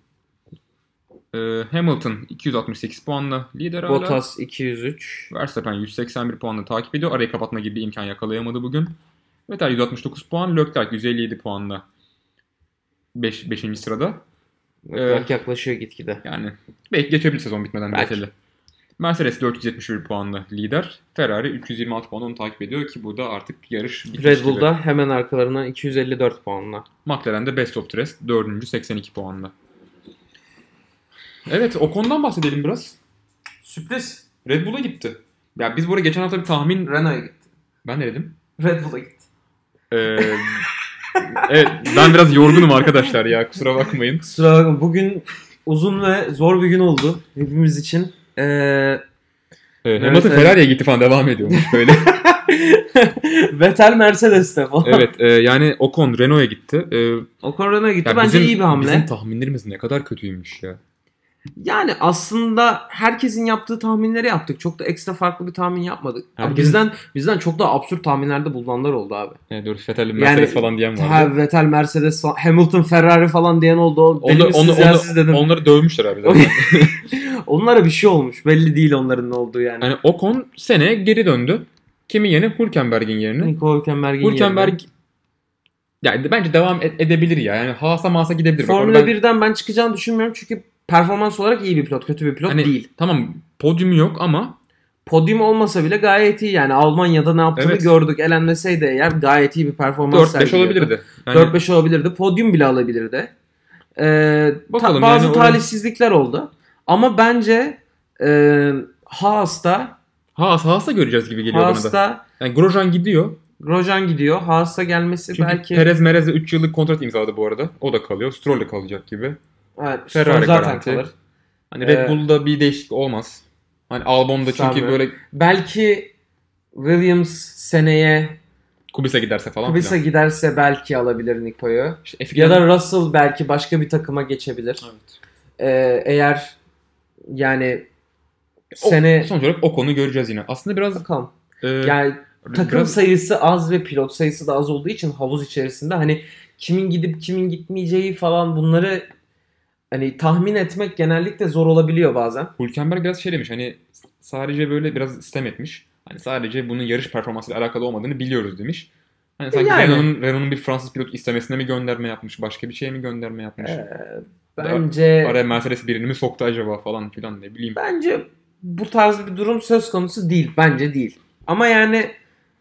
E, Hamilton iki yüz altmış sekiz puanla lider hala. Bottas iki yüz üç. Verstappen yüz seksen bir puanla takip ediyor. Arayı kapatma gibi bir imkan yakalayamadı bugün. Vettel yüz altmış dokuz puan. Leclerc yüz elli yedi puanla beş, beşinci sırada. Leclerc yaklaşıyor gitgide. Yani belki geçebilir sezon bitmeden Belki. Vettel'i. Mercedes dört yüz yetmiş bir puanla lider. Ferrari üç yüz yirmi altı puanla onu takip ediyor ki bu da artık yarış bitmiş Red gibi. Bull'da hemen arkalarına iki yüz elli dört puanla. McLaren'de Best of the Rest dördüncü seksen iki puanla. Evet, o konudan bahsedelim biraz. Sürpriz. Red Bull'a gitti. Ya biz buraya geçen hafta bir tahmin... Renault'a gitti. Ben ne dedim? Red Bull'a gitti. Ee, evet, ben biraz yorgunum arkadaşlar ya, kusura bakmayın. Kusura bakma, bugün uzun ve zor bir gün oldu hepimiz için. Ee, evet, Hamilton evet. Ferrari'ye gitti falan devam ediyormuş böyle. Vettel Mercedes'te falan. Evet e, yani Ocon Renault'a gitti. E, Ocon Renault'a gitti. ya Bence bizim, iyi bir hamle. Bizim tahminlerimiz ne kadar kötüymüş ya. Yani aslında herkesin yaptığı tahminleri yaptık. Çok da ekstra farklı bir tahmin yapmadık. Abi Herkesin- bizden bizden çok daha absürt tahminlerde bulunanlar oldu abi. Yani doğru Vettel Mercedes falan diyen vardı. Ha, Vettel Mercedes falan, Hamilton Ferrari falan diyen oldu. O deli Onlar, misiniz onu, ya onu, siz dedim. onları dövmüşler abi zaten. Onlara bir şey olmuş. Belli değil onların ne olduğu yani. Yani Ocon seneye geri döndü. Kimi yerine? Hülkenberg'in yerine. Nico Hülkenberg'in Hülkenberg yerine. yani bence devam ed- edebilir ya. Yani Haas'a Maas'a gidebilir. Bak, Formula ben- birden ben çıkacağını düşünmüyorum çünkü performans olarak iyi bir pilot, kötü bir pilot hani, değil. Tamam podyumu yok ama Podyum olmasa bile gayet iyi yani. Almanya'da ne yaptığını Evet. gördük. Elenmeseydi eğer gayet iyi bir performans dört beş sergiliyordu. olabilirdi. Yani dört beş olabilirdi. Podyum bile alabilirdi. Ee, Bakalım ta- bazı yani o- talihsizlikler oldu. Ama bence e, Haas'ta Haas, Haas'a göreceğiz gibi geliyor bana da. Haas'ta Yani Grosjean gidiyor. Grosjean gidiyor. Haas'a gelmesi Çünkü belki Perez Merez'le üç yıllık kontrat imzaladı bu arada. O da kalıyor. Stroll de kalacak gibi. evet, Ferrari zaten garanti. kalır. Hani Red Ee, Bull'da bir değişiklik olmaz. Hani Albon'da çünkü Sanmıyorum. böyle Belki Williams seneye Kubica giderse falan Kubica filan. giderse belki alabilir Nico'yu. İşte F- Ya da Russell belki başka bir takıma geçebilir. Evet. Ee, eğer yani O- sene sonuç olarak Ocon'u göreceğiz yine. Aslında biraz bakalım. e, Yani takım biraz- sayısı az ve pilot sayısı da az olduğu için havuz içerisinde hani kimin gidip kimin gitmeyeceği falan bunları hani tahmin etmek genellikle zor olabiliyor bazen. Hülkenberg biraz şey demiş hani sadece böyle biraz istem etmiş. Hani sadece bunun yarış performansıyla alakalı olmadığını biliyoruz demiş. Hani sanki Yani. Renault'un, Renault'un bir Fransız pilot istemesine mi gönderme yapmış, başka bir şeye mi gönderme yapmış? Ee, bence Araya Mercedes birini mi soktu acaba falan filan ne bileyim. bence bu tarz bir durum söz konusu değil. Bence değil. Ama yani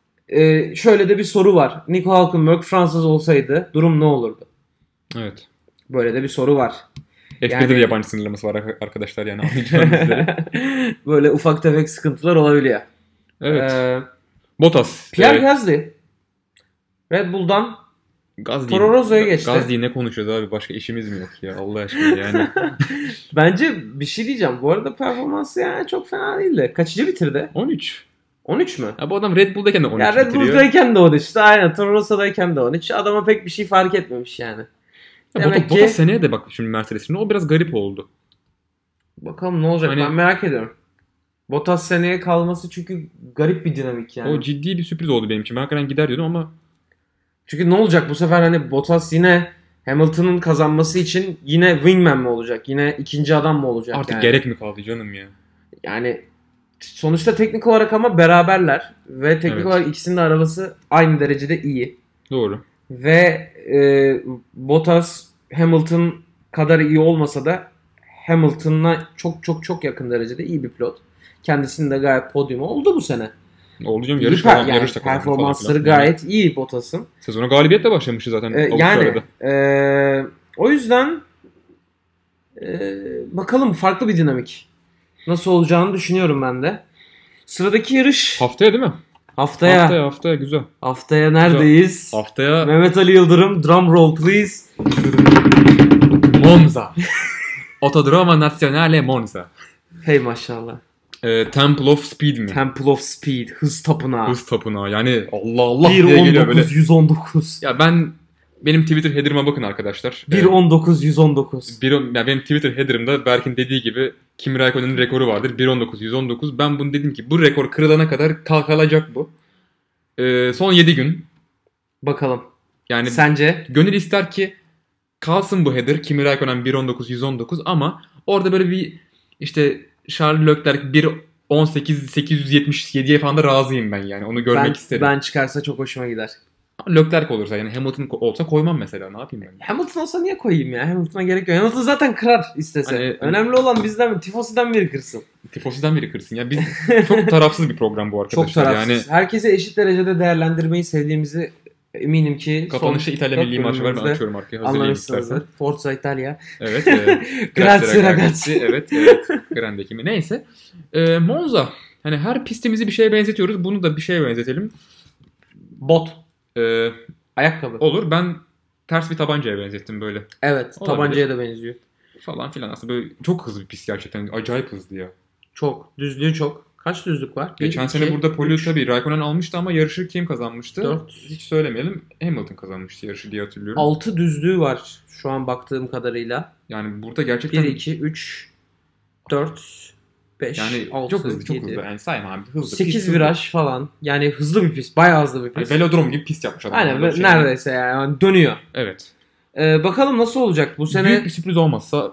e, şöyle de bir soru var. Nico Hülkenberg Fransız olsaydı durum ne olurdu? Evet. Böyle de bir soru var. F bir'de Yani- de yabancı sınırlaması var arkadaşlar yani anlayacağınız üzere. Böyle ufak tefek sıkıntılar olabiliyor. Evet. Ee, Bottas. Pierre e, Gasly Red Bull'dan Gasly. Toro Rosso'ya geçti. Gasly ne konuşuyoruz abi? Başka işimiz mi yok ya? Allah aşkına yani. bence bir şey diyeceğim. Bu arada performansı yani çok fena değildi. Kaçıncı bitirdi? on üç. on üç mü? Ya bu adam Red Bull'dayken de on üç Ya Red bitiriyor. Bull'dayken de on üçtü. Aynen. Toro Rosso'dayken de on üç. Adama pek bir şey fark etmemiş yani. Ya Demek Bottas, ki- Bottas seneye de bak şimdi Mercedes'in o biraz garip oldu. Bakalım ne olacak Hani- ben merak ediyorum. Bottas seneye kalması çünkü garip bir dinamik yani. O ciddi bir sürpriz oldu benim için. Ben hakikaten gider diyordum ama Çünkü ne olacak bu sefer hani Bottas yine Hamilton'ın kazanması için yine wingman mi olacak? Yine ikinci adam mı olacak artık yani? gerek mi kaldı canım ya? Yani sonuçta teknik olarak ama beraberler ve teknik Evet. olarak ikisinin de arabası aynı derecede iyi. Doğru. Ve e, Bottas Hamilton kadar iyi olmasa da Hamilton'la çok çok çok yakın derecede iyi bir pilot. Kendisinin de gayet podyumu oldu bu sene. Oldu canım İyi yarış per- falan, yani yarış da kazandı falan performansları filan. gayet iyi Bottas'ın. Sezona galibiyetle başlamıştı zaten Ee, Avustralya'da. yani e, o yüzden e, bakalım farklı bir dinamik. Nasıl olacağını düşünüyorum ben de. Sıradaki yarış Haftaya değil mi? haftaya. Haftaya haftaya güzel. Haftaya neredeyiz? Haftaya Mehmet Ali Yıldırım drum roll please. Monza. Autodromo Nazionale Monza. Hey maşallah. Ee, Temple of Speed mi? Temple of Speed, hız tapınağı. Hız tapınağı. Yani Allah Allah bir diye on geliyor böyle. dokuz yüz on dokuz. Ya ben benim Twitter header'ıma bakın arkadaşlar. bir Ee, on dokuz yüz on dokuz. bir, ya benim Twitter header'ımda Berk'in dediği gibi Kimi Raikkonen'in rekoru vardır. bir on dokuz yüz on dokuz. Ben bunu dedim ki bu rekor kırılana kadar kalkılacak bu. Ee, son yedi gün. Bakalım. Yani Sence? gönül ister ki kalsın bu header. Kimi Raikkonen bir on dokuz yüz on dokuz ama orada böyle bir işte Charles Leclerc bir on sekiz sekiz yüz yetmiş yediye falan da razıyım ben yani. Onu görmek Ben, isterim. ben çıkarsa çok hoşuma gider. Leclerc olursa yani Hamilton ko- olsa koymam mesela. Ne yapayım ben? Hamilton olsa niye koyayım ya? Hamilton'a gerek yok. Hamilton zaten kırar istese. Hani- Önemli olan bizden mi? Tifosi'den biri kırsın. Tifosi'den biri kırsın. Ya biz çok tarafsız bir program bu arkadaşlar. Çok tarafsız. Yani Herkesi eşit derecede değerlendirmeyi sevdiğimizi eminim ki kapanışta son İtalya dört Milli Marşı var. Ben bölümümüzde açıyorum arkaya. Hazırlayayım istersen. anlamışsınızdır. Forza Italia. Evet. E, Grazie ragazzi. Evet. Evet. Grande kimi. Neyse. E, Monza. Hani her pistimizi bir şeye benzetiyoruz. Bunu da bir şeye benzetelim. Bot. E, Ayakkabı. olur. Ben ters bir tabancaya benzettim böyle. Evet. Olabilir. Tabancaya da benziyor. falan filan. Aslında böyle çok hızlı bir pist gerçekten. Acayip hızlı ya. Çok. Düzlüğü çok. Kaç düzlük var? Geçen bir, sene iki, burada pole üç, tabii Raikkonen almıştı ama yarışı kim kazanmıştı? dört. Hiç söylemeyelim. Hamilton kazanmıştı yarışı diye hatırlıyorum. altı düzlüğü var şu an baktığım kadarıyla. Yani burada gerçekten bir, iki, üç, dört, beş, yani altı, çok hızlı çok yedi, hızlı. Yani sayma abi hızlı. sekiz Pist viraj falan. Yani hızlı bir pist. Bayağı hızlı bir Hani pist. velodrom gibi pist yapmış adam. Aynen Böyle şey. neredeyse yani dönüyor. Evet. Ee, bakalım nasıl olacak bu sene. Büyük bir sürpriz olmazsa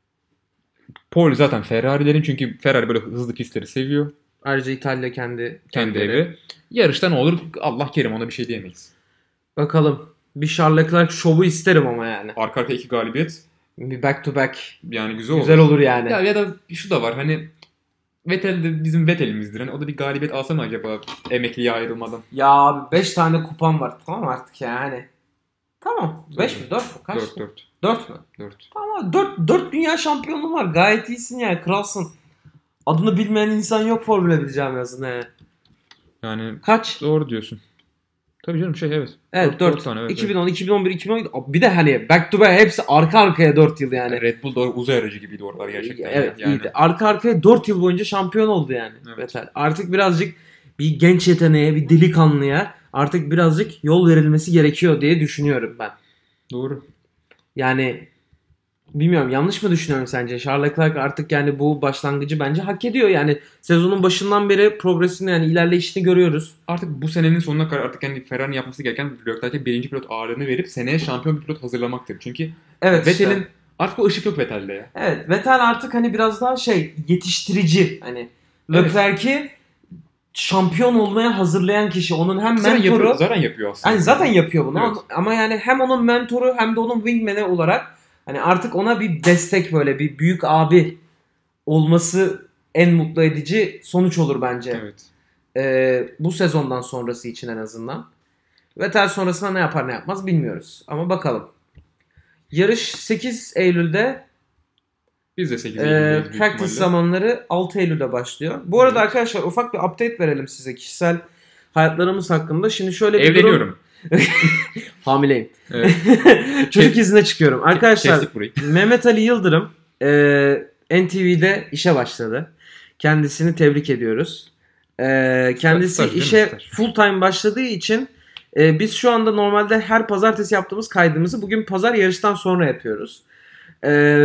pole zaten Ferrari'lerin, çünkü Ferrari böyle hızlı pistleri seviyor. Ayrıca İtalya kendi Kendi kendileri. evi. Yarışta ne olur Allah kerim, ona bir şey diyemeyiz. Bakalım. Bir Charles Leclerc şovu isterim ama yani. Arka arkaya iki galibiyet Bir back to back. yani güzel olur. Güzel olur yani. Ya, ya da şu da var hani Vettel de bizim Vettel'imizdir. Hani o da bir galibiyet alsa mı acaba emekliye ayrılmadan? Ya abi beş tane kupam var. Tamam artık yani. Tamam. beş mi? dört mü? Kaç? dört dört. dört mü? dört. Tamam. dört dört dünya şampiyonluğu var. Gayet iyisin yani. Kralsın. Adını bilmeyen insan yok Formula bir camiasında yani. Yani Kaç? doğru diyorsun. Tabii canım şey evet. Evet dört. tane, evet, iki bin on, iki bin on bir, iki bin on yedi. Bir de hani back to back hepsi arka arkaya dört yıl yani. evet. Red Bull doğru uzay aracı gibiydi oralar gerçekten. Evet yani. iyiydi. Arka arkaya dört yıl boyunca şampiyon oldu yani Evet. Vettel. Artık birazcık bir genç yeteneğe, bir delikanlıya artık birazcık yol verilmesi gerekiyor diye düşünüyorum ben. Doğru. Yani bilmiyorum, yanlış mı düşünüyorum sence? Charles Leclerc artık yani bu başlangıcı bence hak ediyor. Yani sezonun başından beri progresini, yani ilerleyişini görüyoruz. Artık bu senenin sonuna kadar artık yani Ferrari'nin yapması gereken Leclerc'e birinci pilot ağırlığını verip seneye şampiyon bir pilot hazırlamaktır. Çünkü Evet Vettel'in işte. artık o ışık yok Vettel'de ya. Evet, Vettel artık hani biraz daha şey, yetiştirici. Hani Leclerc'i şampiyon olmaya hazırlayan kişi. Onun hem Zaten mentoru. yapıyor, zaten yapıyor aslında. Yani zaten yapıyor bunu. Evet. Ama yani hem onun mentoru hem de onun wingman'i olarak hani artık ona bir destek, böyle bir büyük abi olması en mutlu edici sonuç olur bence. Evet. Ee, bu sezondan sonrası için en azından. Vettel sonrasında ne yapar ne yapmaz bilmiyoruz. Ama bakalım. Yarış sekiz Eylül'de. Biz de sekiz Ee, Eylül'deyiz büyük practice ihtimalle. zamanları altı Eylül'de başlıyor. Bu arada Evet. arkadaşlar ufak bir update verelim size kişisel hayatlarımız hakkında. Şimdi şöyle bir Evleniyorum. durum. Hamileyim. Evet. Çocuk izine çıkıyorum. Arkadaşlar Kestik burayı. Mehmet Ali Yıldırım e, N T V'de işe başladı. Kendisini tebrik ediyoruz. E, kendisi Staj, değil mi? işe Staj. full time başladığı için e, biz şu anda normalde her pazartesi yaptığımız kaydımızı bugün pazar yarıştan sonra yapıyoruz. E,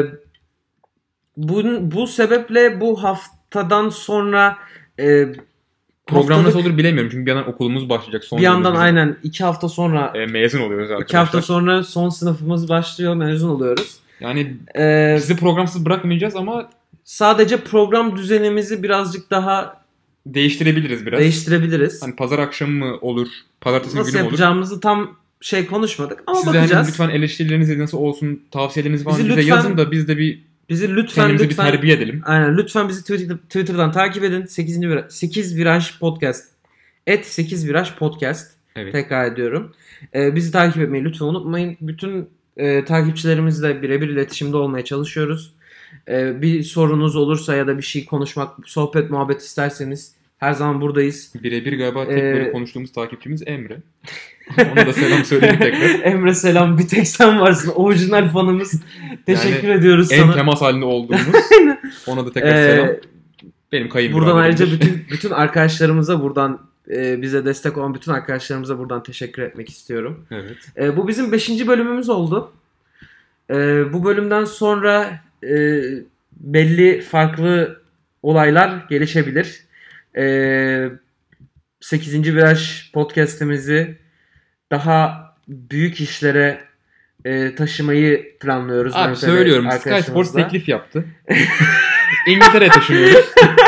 bu, bu sebeple bu haftadan sonra e, Program nasıl haftalık- olur bilemiyorum çünkü bir yandan okulumuz başlayacak. Son bir yandan yılımız bizim. aynen iki hafta sonra E, mezun oluyoruz arkadaşlar. iki hafta sonra son sınıfımız başlıyor, mezun oluyoruz. Yani Ee, sizi programsız bırakmayacağız ama sadece program düzenimizi birazcık daha değiştirebiliriz biraz. değiştirebiliriz. Hani pazar akşamı mı olur, pazartesi Nasıl günü mü olur? yapacağımızı tam şey konuşmadık ama Siz de hani bakacağız. lütfen eleştirileriniz nasıl olsun, tavsiyeleriniz falan Bizi bize lütfen- yazın da biz de bir Bizi lütfen kendimizi lütfen bir terbiye edelim. aynen lütfen bizi Twitter, Twitter'dan takip edin. sekizinci viraj, sekiz viraj podcast. Et sekiz viraj podcast. Evet. Tekrar ediyorum. Ee, bizi takip etmeyi lütfen unutmayın. Bütün e, takipçilerimizle birebir iletişimde olmaya çalışıyoruz. Ee, bir sorunuz olursa ya da bir şey konuşmak, sohbet, muhabbet isterseniz her zaman buradayız. Birebir galiba tek Ee, böyle konuştuğumuz takipçimiz Emre. Ona da selam söyledik tekrar. Emre selam, bir tek sen varsın. Orijinal fanımız. Teşekkür ediyoruz En sana. temas halinde olduğumuz. Ona da tekrar Ee, selam. Benim kayınbiraderimdir. Buradan ayrıca bütün bütün arkadaşlarımıza buradan e, bize destek olan bütün arkadaşlarımıza buradan teşekkür etmek istiyorum. Evet. E, bu bizim beşinci bölümümüz oldu. E, bu bölümden sonra e, belli farklı olaylar gelişebilir. E, sekizinci Viraj podcast'imizi daha büyük işlere e, taşımayı planlıyoruz. Abi Mehmet Ali söylüyorum. Sky arkadaşımızla. Sports teklif yaptı. İngiltere'ye taşınıyoruz.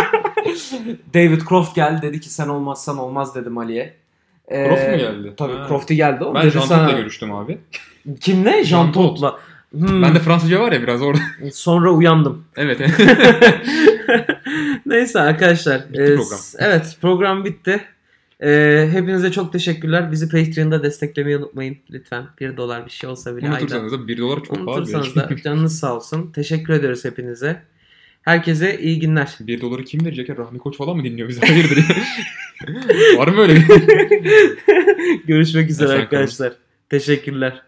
David Croft geldi, dedi ki sen olmazsan olmaz dedim Ali'ye. Ee, Croft mu geldi? Tabii Ha. Croft'u geldi. O Ben dedi Jean sana- Todt'la görüştüm abi. Kimle? Jean Jean Todt. Todt'la. Hmm. Ben de Fransızca var ya biraz orada. Sonra uyandım. Evet. Neyse arkadaşlar. Bitti e, program. Evet, program bitti. E, hepinize çok teşekkürler. Bizi Patreon'da desteklemeyi unutmayın lütfen. bir dolar bir şey olsa bile ayda. Unutursanız da bir dolar çok pahalı. Unutursanız da canınız sağ olsun. Teşekkür ediyoruz hepinize. Herkese iyi günler. bir doları kim verecek ya? Rahmi Koç falan mı dinliyor bizi? Hayırdır? Var mı öyle bir? Görüşmek üzere Esen kalın. arkadaşlar. Teşekkürler.